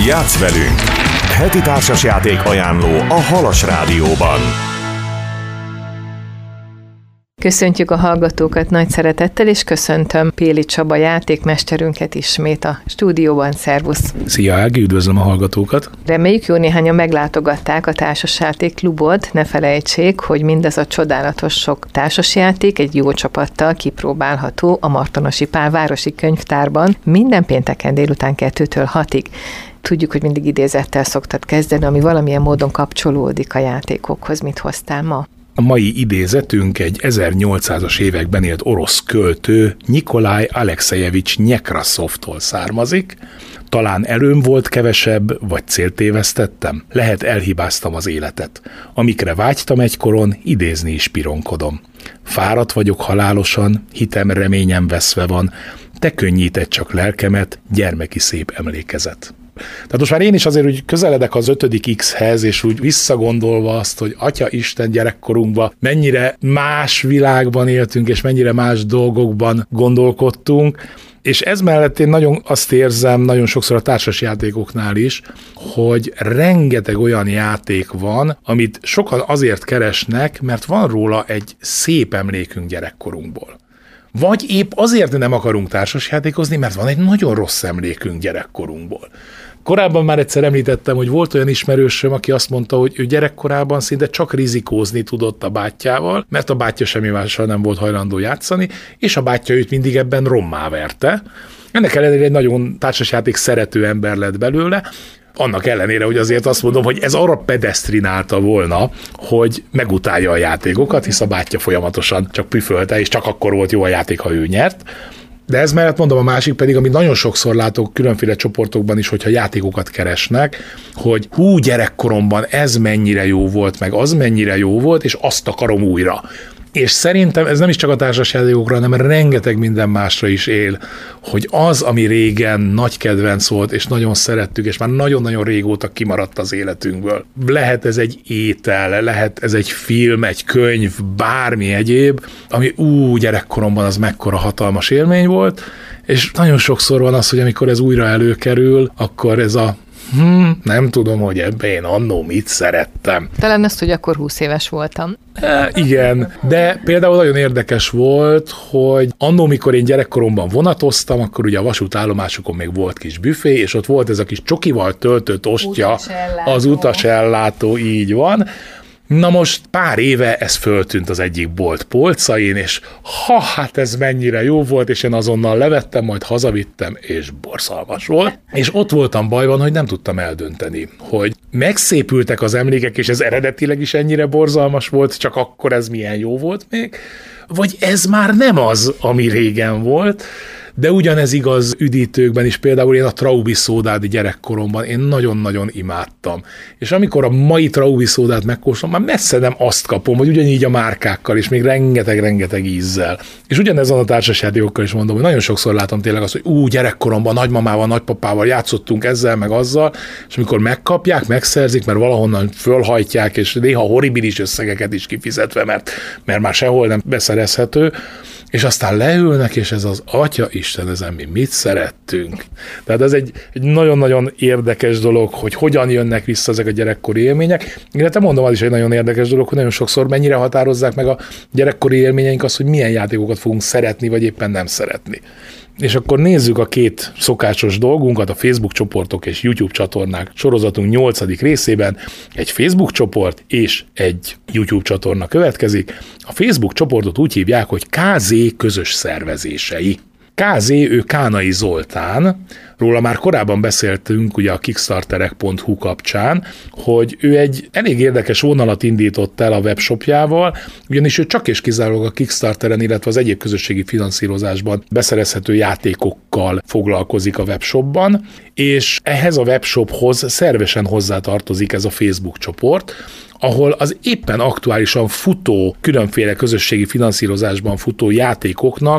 Játsz velünk! Heti társasjáték ajánló a Halas Rádióban. Köszöntjük a hallgatókat nagy szeretettel, és köszöntöm Péli Csaba játékmesterünket ismét a stúdióban. Szervusz! Szia Ági, üdvözlöm a hallgatókat! Reméljük, jó néhányan meglátogatták a társasjáték klubot, ne felejtsék, hogy mindez a csodálatos sok társasjáték egy jó csapattal kipróbálható a Martonosi Pál városi könyvtárban minden pénteken délután 2-től 6-ig. Tudjuk, hogy mindig idézettel szoktad kezdeni, ami valamilyen módon kapcsolódik a játékokhoz. Mit hoztál ma? A mai idézetünk egy 1800-as években élt orosz költő Nyikolaj Alexejevics Nyekraszovtól származik. Talán erőm volt kevesebb, vagy célt tévesztettem? Lehet elhibáztam az életet. Amikre vágytam egykoron, idézni is pironkodom. Fáradt vagyok halálosan, hitem reményem veszve van. Te könnyíted csak lelkemet, gyermeki szép emlékezet. Tehát most már én is azért úgy közeledek az 5. X-hez, és úgy visszagondolva azt, hogy Atya Isten, gyerekkorunkban mennyire más világban éltünk, és mennyire más dolgokban gondolkodtunk, és ez mellett én nagyon azt érzem, nagyon sokszor a társasjátékoknál is, hogy rengeteg olyan játék van, amit sokan azért keresnek, mert van róla egy szép emlékünk gyerekkorunkból. Vagy épp azért nem akarunk társasjátékozni, mert van egy nagyon rossz emlékünk gyerekkorunkból. Korábban már egyszer említettem, hogy volt olyan ismerősöm, aki azt mondta, hogy ő gyerekkorában szinte csak rizikózni tudott a bátyjával, mert a bátyja semmi mással nem volt hajlandó játszani, és a bátyja őt mindig ebben rommá verte. Ennek ellenére egy nagyon társasjáték szerető ember lett belőle, annak ellenére, hogy azért azt mondom, hogy ez arra pedesztrinálta volna, hogy megutálja a játékokat, hisz a bátyja folyamatosan csak püfölte, és csak akkor volt jó a játék, ha ő nyert. De ez mellett mondom, a másik pedig, amit nagyon sokszor látok különféle csoportokban is, hogyha játékokat keresnek, hogy gyerekkoromban ez mennyire jó volt, meg az mennyire jó volt, és azt akarom újra. És szerintem ez nem is csak a társasjátékokra, hanem rengeteg minden másra is él, hogy az, ami régen nagy kedvenc volt, és nagyon szerettük, és már nagyon-nagyon régóta kimaradt az életünkből. Lehet ez egy étel, lehet ez egy film, egy könyv, bármi egyéb, ami gyerekkoromban az mekkora hatalmas élmény volt, és nagyon sokszor van az, hogy amikor ez újra előkerül, akkor ez a nem tudom, hogy ebben én annó mit szerettem. Talán azt, hogy akkor 20 éves voltam. Igen, de például nagyon érdekes volt, hogy annó, mikor én gyerekkoromban vonatoztam, akkor ugye a vasútállomásokon még volt kis büfé, és ott volt ez a kis csokival töltött ostya, az utasellátó, így van. Na most pár éve ez föltűnt az egyik bolt polcain, és hát ez mennyire jó volt, és én azonnal levettem, majd hazavittem, és borzalmas volt. És ott voltam bajban, hogy nem tudtam eldönteni, hogy megszépültek az emlékek, és ez eredetileg is ennyire borzalmas volt, csak akkor ez milyen jó volt még, vagy ez már nem az, ami régen volt. De ugyanez igaz üdítőkben is, például én a Traubi szódát gyerekkoromban én nagyon-nagyon imádtam. És amikor a mai Traubi szódát megkóstolom, már messze nem azt kapom, hogy ugyanígy a márkákkal, és még rengeteg ízzel. És ugyanez van a társasjátékokkal is mondom, hogy nagyon sokszor látom tényleg azt, hogy gyerekkoromban nagymamával, nagypapával játszottunk ezzel, meg azzal, és amikor megkapják, megszerzik, mert valahonnan fölhajtják, és néha horribilis összegeket is kifizetve, mert már sehol nem beszerezhető, és aztán leülnek, és ez az Atya Isten, ezen mi mit szerettünk. Tehát ez egy nagyon-nagyon érdekes dolog, hogy hogyan jönnek vissza ezek a gyerekkori élmények. Illetve mondom, az is egy nagyon érdekes dolog, hogy nagyon sokszor mennyire határozzák meg a gyerekkori élményeink azt, hogy milyen játékokat fogunk szeretni, vagy éppen nem szeretni. És akkor nézzük a két szokásos dolgunkat, a Facebook csoportok és YouTube csatornák sorozatunk 8. részében. Egy Facebook csoport és egy YouTube csatorna következik. A Facebook csoportot úgy hívják, hogy KZ közös szervezései. KZ, ő Kánai Zoltán, róla már korábban beszéltünk ugye a kickstarterek.hu kapcsán, hogy ő egy elég érdekes vonalat indított el a webshopjával, ugyanis ő csak és kizárólag a Kickstarteren, illetve az egyéb közösségi finanszírozásban beszerezhető játékokkal foglalkozik a webshopban, és ehhez a webshophoz szervesen hozzátartozik ez a Facebook csoport, ahol az éppen aktuálisan futó, különféle közösségi finanszírozásban futó játékoknak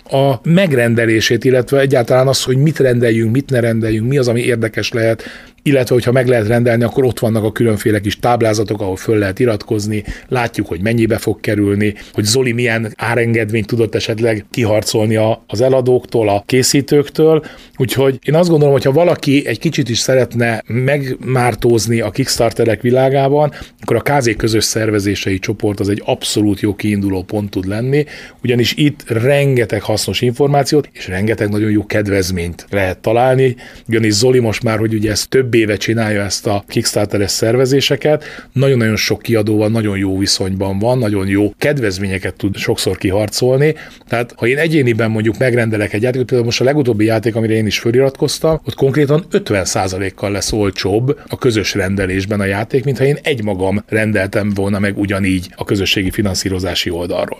a megrendelését, illetve egyáltalán az, hogy mit rendeljünk, mit ne rendeljünk, mi az, ami érdekes lehet, illetve hogyha meg lehet rendelni, akkor ott vannak a különféle kis táblázatok, ahol föl lehet iratkozni, látjuk, hogy mennyibe fog kerülni, hogy Zoli milyen árengedményt tudott esetleg kiharcolni az eladóktól, a készítőktől. Úgyhogy én azt gondolom, hogy ha valaki egy kicsit is szeretne megmártózni a Kickstarterek világában, akkor a KZ közös szervezései csoport az egy abszolút jó kiinduló pont tud lenni, ugyanis itt rengeteg hasznos információt és rengeteg nagyon jó kedvezményt lehet találni, ugyanis Zoli most már, hogy ugye ezt több éve csinálja ezt a Kickstarteres szervezéseket, nagyon-nagyon sok kiadóval nagyon jó viszonyban van, nagyon jó kedvezményeket tud sokszor kiharcolni. Tehát ha én egyéniben mondjuk megrendelek egy játékot, például most a legutóbbi játék, amire én is feliratkoztam, ott konkrétan 50%-kal lesz olcsóbb a közös rendelésben a játék, mintha én egymagam rendeltem volna meg ugyanígy a közösségi finanszírozási oldalról.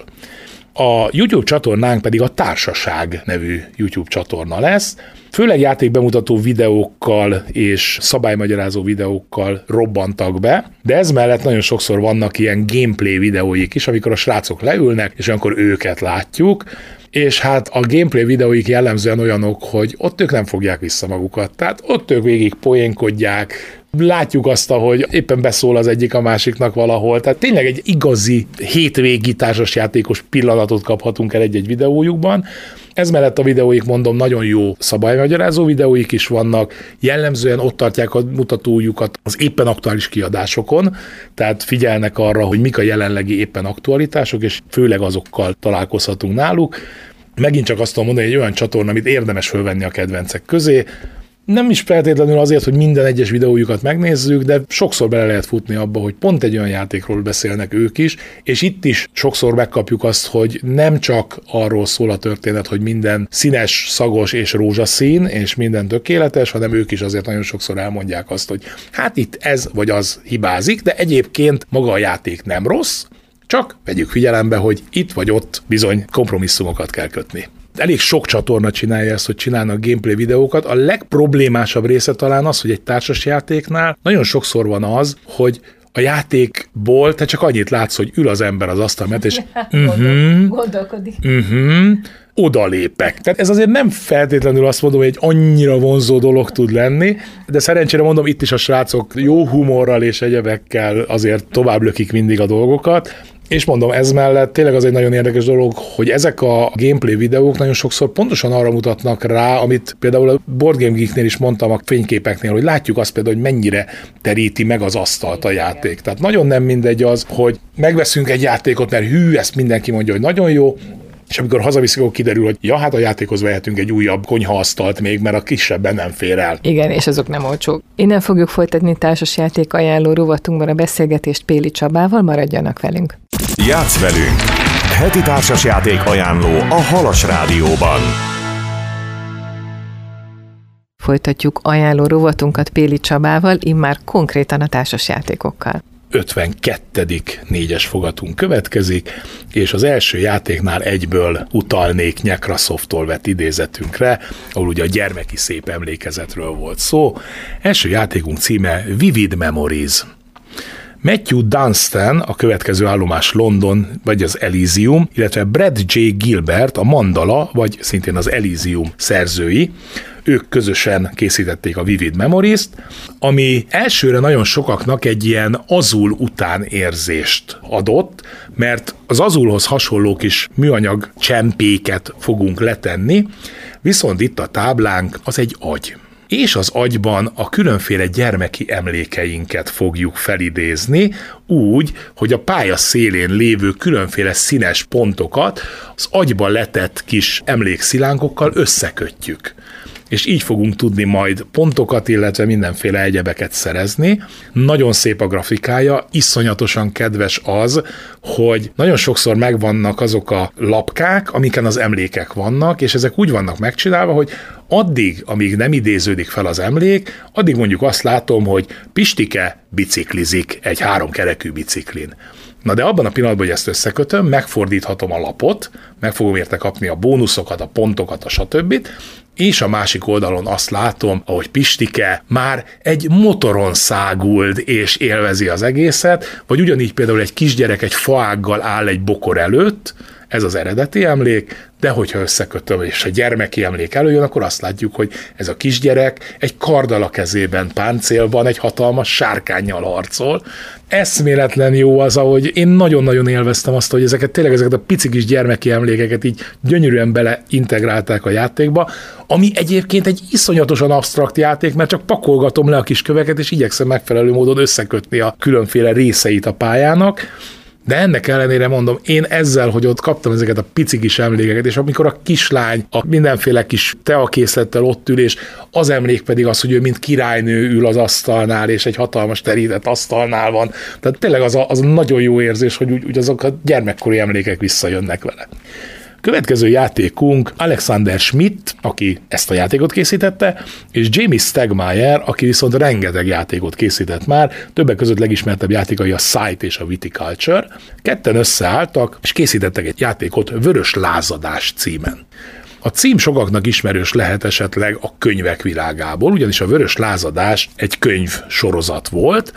A YouTube csatornánk pedig a Társaság nevű YouTube csatorna lesz. Főleg játékbemutató videókkal és szabálymagyarázó videókkal robbantak be, de ez mellett nagyon sokszor vannak ilyen gameplay videóik is, amikor a srácok leülnek, és akkor őket látjuk, és hát a gameplay videóik jellemzően olyanok, hogy ott ők nem fogják vissza magukat, tehát ott ők végig poénkodják, látjuk azt, hogy éppen beszól az egyik a másiknak valahol, tehát tényleg egy igazi hétvégi társasjátékos pillanatot kaphatunk el egy-egy videójukban. Ez mellett a videóik, mondom, nagyon jó szabálymagyarázó videóik is vannak, jellemzően ott tartják a mutatójukat az éppen aktuális kiadásokon, tehát figyelnek arra, hogy mik a jelenlegi éppen aktualitások, és főleg azokkal találkozhatunk náluk. Megint csak azt tudom mondani, egy olyan csatorna, amit érdemes fölvenni a kedvencek közé, nem is feltétlenül azért, hogy minden egyes videójukat megnézzük, de sokszor bele lehet futni abba, hogy pont egy olyan játékról beszélnek ők is, és itt is sokszor megkapjuk azt, hogy nem csak arról szól a történet, hogy minden színes, szagos és rózsaszín, és minden tökéletes, hanem ők is azért nagyon sokszor elmondják azt, hogy hát itt ez vagy az hibázik, de egyébként maga a játék nem rossz, csak vegyük figyelembe, hogy itt vagy ott bizony kompromisszumokat kell kötni. Elég sok csatorna csinálja ezt, hogy csinálnak gameplay videókat. A legproblémásabb része talán az, hogy egy társasjátéknál nagyon sokszor van az, hogy a játékból te csak annyit látsz, hogy ül az ember az asztal mellett, és gondolkodik. Odalépek. Tehát ez azért nem feltétlenül azt mondom, hogy egy annyira vonzó dolog tud lenni, de szerencsére mondom, itt is a srácok jó humorral és egyebekkel azért tovább lökik mindig a dolgokat. És mondom, ez mellett tényleg az egy nagyon érdekes dolog, hogy ezek a gameplay videók nagyon sokszor pontosan arra mutatnak rá, amit például a Board Game Geeknél is mondtam a fényképeknél, hogy látjuk azt például, hogy mennyire teríti meg az asztalt a játék. Tehát nagyon nem mindegy az, hogy megveszünk egy játékot, mert ezt mindenki mondja, hogy nagyon jó, és amikor hazaviszik, akkor kiderül, hogy ja, hát a játékhoz vehetünk egy újabb konyhaasztalt még, mert a kisebben nem fér el. Igen, és azok nem olcsók. Innen fogjuk folytatni társasjáték ajánló rovatunkban a beszélgetést Péli Csabával, maradjanak velünk. Játsz velünk! Heti társasjáték ajánló a Halas Rádióban. Folytatjuk ajánló rovatunkat Péli Csabával, immár konkrétan a társasjátékokkal. 52. négyes fogatunk következik, és az első játéknál egyből utalnék Nekrasofttól vett idézetünkre, ahol ugye a gyermeki szép emlékezetről volt szó. Első játékunk címe Vivid Memories. Matthew Dunstan, a következő állomás London, vagy az Elysium, illetve Brad J. Gilbert, a Mandala, vagy szintén az Elysium szerzői. Ők közösen készítették a Vivid Memories-t, ami elsőre nagyon sokaknak egy ilyen Azul után érzést adott, mert az Azulhoz hasonló kis műanyag csempéket fogunk letenni, viszont itt a táblánk az egy agy. És az agyban a különféle gyermeki emlékeinket fogjuk felidézni, úgy, hogy a pálya szélén lévő különféle színes pontokat az agyba letett kis emlékszilánkokkal összekötjük. És így fogunk tudni majd pontokat, illetve mindenféle egyebeket szerezni. Nagyon szép a grafikája, iszonyatosan kedves az, hogy nagyon sokszor megvannak azok a lapkák, amiken az emlékek vannak, és ezek úgy vannak megcsinálva, hogy addig, amíg nem idéződik fel az emlék, addig mondjuk azt látom, hogy Pistike biciklizik egy 3 kerekű biciklin. Na de abban a pillanatban, hogy ezt összekötöm, megfordíthatom a lapot, meg fogom érte kapni a bónuszokat, a pontokat, a stb., és a másik oldalon azt látom, ahogy Pistike már egy motoron száguld és élvezi az egészet, vagy ugyanígy például egy kisgyerek egy faággal áll egy bokor előtt, ez az eredeti emlék, de hogyha összekötöm és a gyermeki emlék előjön, akkor azt látjuk, hogy ez a kisgyerek egy karddal a kezében, páncélban, egy hatalmas sárkánnyal harcol. Eszméletlen jó az, ahogy én nagyon-nagyon élveztem azt, hogy ezeket a pici kis gyermeki emlékeket így gyönyörűen beleintegrálták a játékba, ami egyébként egy iszonyatosan absztrakt játék, mert csak pakolgatom le a kis köveket, és igyekszem megfelelő módon összekötni a különféle részeit a pályának. De ennek ellenére mondom, én ezzel, hogy ott kaptam ezeket a pici kis emlékeket, és amikor a kislány a mindenféle kis teakészlettel ott ül, és az emlék pedig az, hogy ő mint királynő ül az asztalnál, és egy hatalmas terített asztalnál van. Tehát tényleg az nagyon jó érzés, hogy úgy azok a gyermekkori emlékek visszajönnek vele. Következő játékunk Alexander Schmidt, aki ezt a játékot készítette, és Jamie Stegmaier, aki viszont rengeteg játékot készített már, többek között legismertebb játékai a Sight és a Viticulture. Ketten összeálltak, és készítettek egy játékot Vörös lázadás címen. A cím sokaknak ismerős lehet esetleg a könyvek világából, ugyanis a Vörös lázadás egy könyv sorozat volt,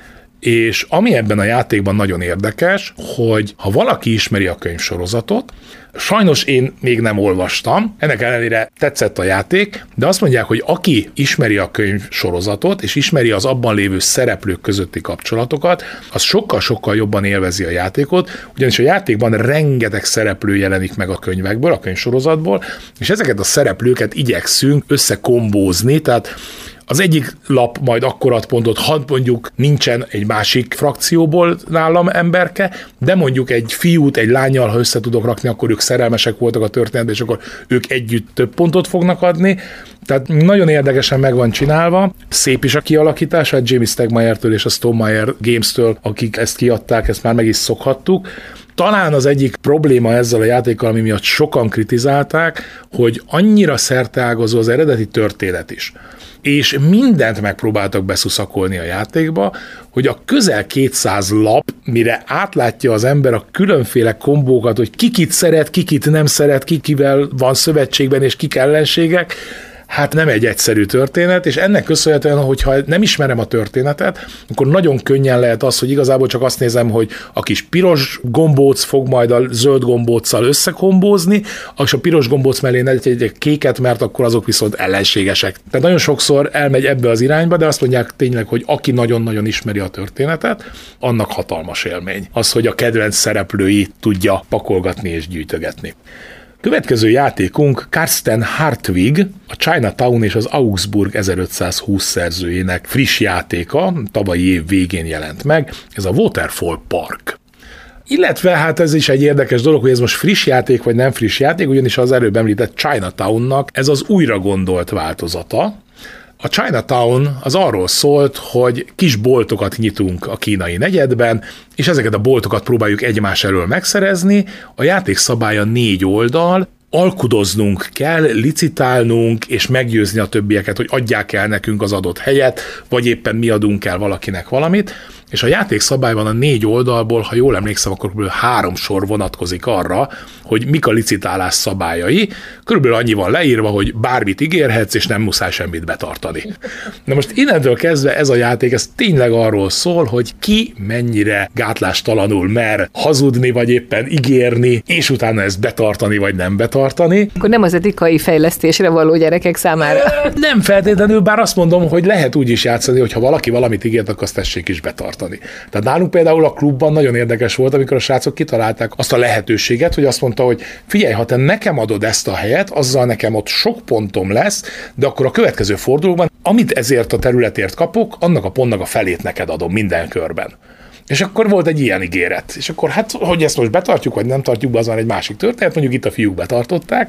és ami ebben a játékban nagyon érdekes, hogy ha valaki ismeri a könyvsorozatot, sajnos én még nem olvastam, ennek ellenére tetszett a játék, de azt mondják, hogy aki ismeri a könyvsorozatot, és ismeri az abban lévő szereplők közötti kapcsolatokat, az sokkal-sokkal jobban élvezi a játékot, ugyanis a játékban rengeteg szereplő jelenik meg a könyvekből, a könyvsorozatból, és ezeket a szereplőket igyekszünk összekombózni, tehát az egyik lap majd akkor ad pontot, ha mondjuk nincsen egy másik frakcióból nálam emberke, de mondjuk egy fiút, egy lánnyal, ha össze tudok rakni, akkor ők szerelmesek voltak a történetben, és akkor ők együtt több pontot fognak adni. Tehát nagyon érdekesen meg van csinálva, szép is a kialakítása, Jamie Stegmaiertől és a Stonemaier Games-től, akik ezt kiadták, ezt már meg is szokhattuk. Talán az egyik probléma ezzel a játékkal, ami miatt sokan kritizálták, hogy annyira szerteágazó az eredeti történet is, és mindent megpróbáltak beszuszakolni a játékba, hogy a közel 200 lap, mire átlátja az ember a különféle kombókat, hogy kikit szeret, kikit nem szeret, kikivel van szövetségben és kik ellenségek, hát nem egy egyszerű történet, és ennek köszönhetően, hogyha nem ismerem a történetet, akkor nagyon könnyen lehet az, hogy igazából csak azt nézem, hogy a kis piros gombóc fog majd a zöld gombóccal összekombózni, és a piros gombóc mellé ne egy kéket, mert akkor azok viszont ellenségesek. Tehát nagyon sokszor elmegy ebbe az irányba, de azt mondják tényleg, hogy aki nagyon-nagyon ismeri a történetet, annak hatalmas élmény. Az, hogy a kedvenc szereplői tudja pakolgatni és gyűjtögetni. Következő játékunk Karsten Hartwig, a Chinatown és az Augsburg 1520 szerzőjének friss játéka, tavalyi év végén jelent meg, ez a Waterfall Park. Illetve hát ez is egy érdekes dolog, hogy ez most friss játék vagy nem friss játék, ugyanis az előbb említett Chinatownnak ez az újra gondolt változata. A Chinatown az arról szólt, hogy kis boltokat nyitunk a kínai negyedben, és ezeket a boltokat próbáljuk egymás elől megszerezni. A játék szabálya 4 oldal, alkudoznunk kell, licitálnunk, és meggyőzni a többieket, hogy adják el nekünk az adott helyet, vagy éppen mi adunk el valakinek valamit, és a játék szabályban a 4 oldalból, ha jól emlékszem, akkor kb. 3 sor vonatkozik arra, hogy mik a licitálás szabályai. Körülbelül annyi van leírva, hogy bármit ígérhetsz, és nem muszáj semmit betartani. Na most innentől kezdve ez a játék, ez tényleg arról szól, hogy ki mennyire gátlástalanul mer hazudni, vagy éppen ígérni, és utána ezt betartani, vagy nem betartani. Akkor nem az etikai fejlesztésre való gyerekek számára. Nem feltétlenül, bár azt mondom, hogy lehet úgy is játszani, hogy ha valaki valamit ígért, akkor azt tessék is betartani. Tehát nálunk például a klubban nagyon érdekes volt, amikor a srácok kitalálták azt a lehetőséget, hogy azt mondta, hogy figyelj, ha te nekem adod ezt a helyet, azzal nekem ott sok pontom lesz, de akkor a következő fordulóban, amit ezért a területért kapok, annak a pontnak a felét neked adom minden körben. És akkor volt egy ilyen ígéret. És akkor hát, hogy ezt most betartjuk, vagy nem tartjuk be, az már egy másik történet, mondjuk itt a fiúk betartották,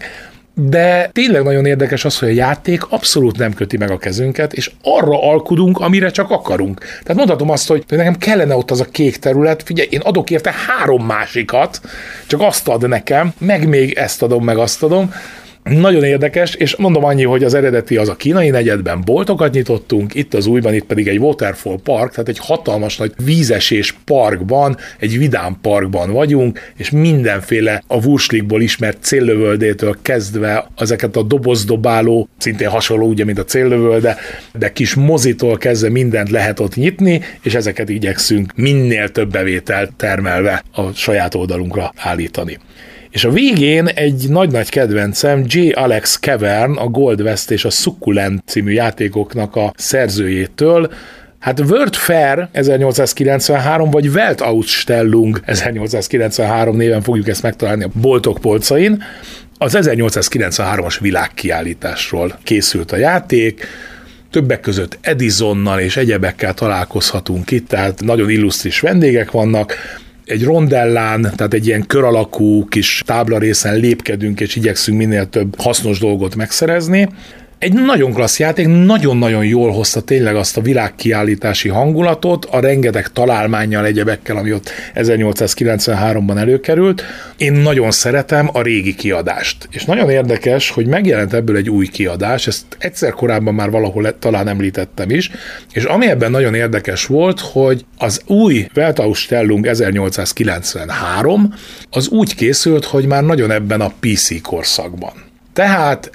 de tényleg nagyon érdekes az, hogy a játék abszolút nem köti meg a kezünket, és arra alkudunk, amire csak akarunk. Tehát mondhatom azt, hogy nekem kellene ott az a kék terület, figyelj, én adok érte 3 másikat, csak azt ad nekem, meg még ezt adom, meg azt adom. Nagyon érdekes, és mondom annyi, hogy az eredeti az a kínai negyedben boltokat nyitottunk, itt az újban, itt pedig egy Waterfall Park, tehát egy hatalmas nagy vízesés parkban, egy vidám parkban vagyunk, és mindenféle a Wurslikból ismert céllövöldétől kezdve ezeket a dobozdobáló, szintén hasonló ugye, mint a céllövölde, de kis mozitól kezdve mindent lehet ott nyitni, és ezeket igyekszünk minél több bevételt termelve a saját oldalunkra állítani. És a végén egy nagy-nagy kedvencem, J. Alex Cavern, a Gold West és a Succulent című játékoknak a szerzőjétől, hát World Fair 1893, vagy Weltausstellung 1893 néven fogjuk ezt megtalálni a boltok polcain. Az 1893-as világkiállításról készült a játék, többek között Edisonnal és egyebekkel találkozhatunk itt, tehát nagyon illusztris vendégek vannak. Egy rondellán, tehát egy ilyen kör alakú kis táblarészen lépkedünk, és igyekszünk minél több hasznos dolgot megszerezni. Egy nagyon klassz játék, nagyon-nagyon jól hozta tényleg azt a világkiállítási hangulatot, a rengeteg találmánnyal, egyebekkel, ami ott 1893-ban előkerült. Én nagyon szeretem a régi kiadást. És nagyon érdekes, hogy megjelent ebből egy új kiadás, ezt egyszer korábban már valahol talán említettem is, és ami ebben nagyon érdekes volt, hogy az új Weltausstellung 1893 az úgy készült, hogy már nagyon ebben a PC korszakban. Tehát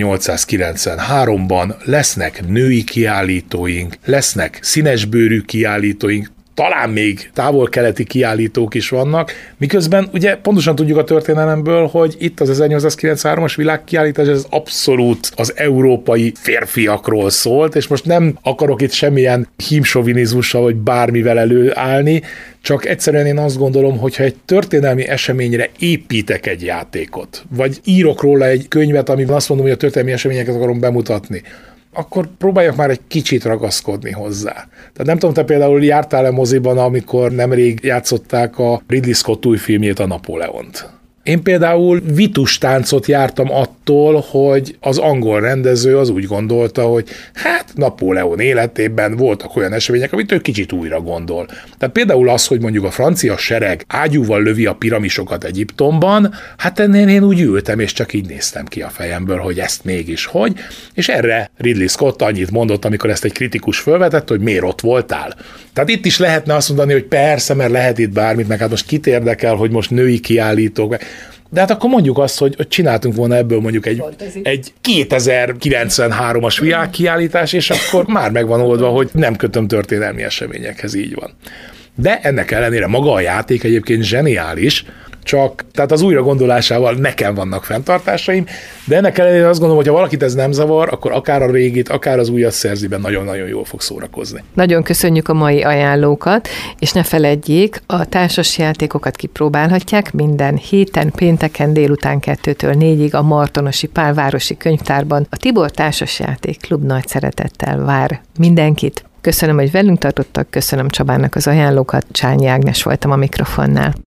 1893-ban lesznek női kiállítóink, lesznek színesbőrű kiállítóink, talán még távol-keleti kiállítók is vannak, miközben ugye pontosan tudjuk a történelemből, hogy itt az 1893-as világkiállítás ez abszolút az európai férfiakról szólt, és most nem akarok itt semmilyen hímsovinizmussal vagy bármivel előállni, csak egyszerűen én azt gondolom, hogy ha egy történelmi eseményre építek egy játékot, vagy írok róla egy könyvet, amiben azt mondom, hogy a történelmi eseményeket akarom bemutatni, akkor próbáljak már egy kicsit ragaszkodni hozzá. Tehát nem tudom, te például jártál-e moziban, amikor nemrég játszották a Ridley Scott új filmjét, a Napóleont. Én például vitustáncot jártam attól, hogy az angol rendező az úgy gondolta, hogy hát Napóleon életében voltak olyan események, amit ő kicsit újra gondol. Tehát például az, hogy mondjuk a francia sereg ágyúval lövi a piramisokat Egyiptomban, hát ennél én úgy ültem, és csak így néztem ki a fejemből, hogy ezt mégis hogy, és erre Ridley Scott annyit mondott, amikor ezt egy kritikus felvetett, hogy miért ott voltál. Tehát itt is lehetne azt mondani, hogy persze, mert lehet itt bármit, meg hát most kit érdekel, hogy most női kiállítók, de hát akkor mondjuk azt, hogy csináltunk volna ebből mondjuk egy 2093-as világkiállítás, és akkor már megvan oldva, hogy nem kötöm történelmi eseményekhez, így van. De ennek ellenére maga a játék egyébként zseniális, csak tehát az újra gondolásával nekem vannak fenntartásaim, de ennek ellenére azt gondolom, hogy ha valakit ez nem zavar, akkor akár a régit, akár az újat szerziben nagyon-nagyon jól fog szórakozni. Nagyon köszönjük a mai ajánlókat, és ne feledjék, a társasjátékokat kipróbálhatják minden héten, pénteken délután 2-től 4-ig a Martonosi Pál városi könyvtárban. A Tibor Társasjáték Klub nagy szeretettel vár mindenkit. Köszönöm, hogy velünk tartottak, köszönöm Csabának az ajánlókat, Csányi Ágnes voltam a mikrofonnál.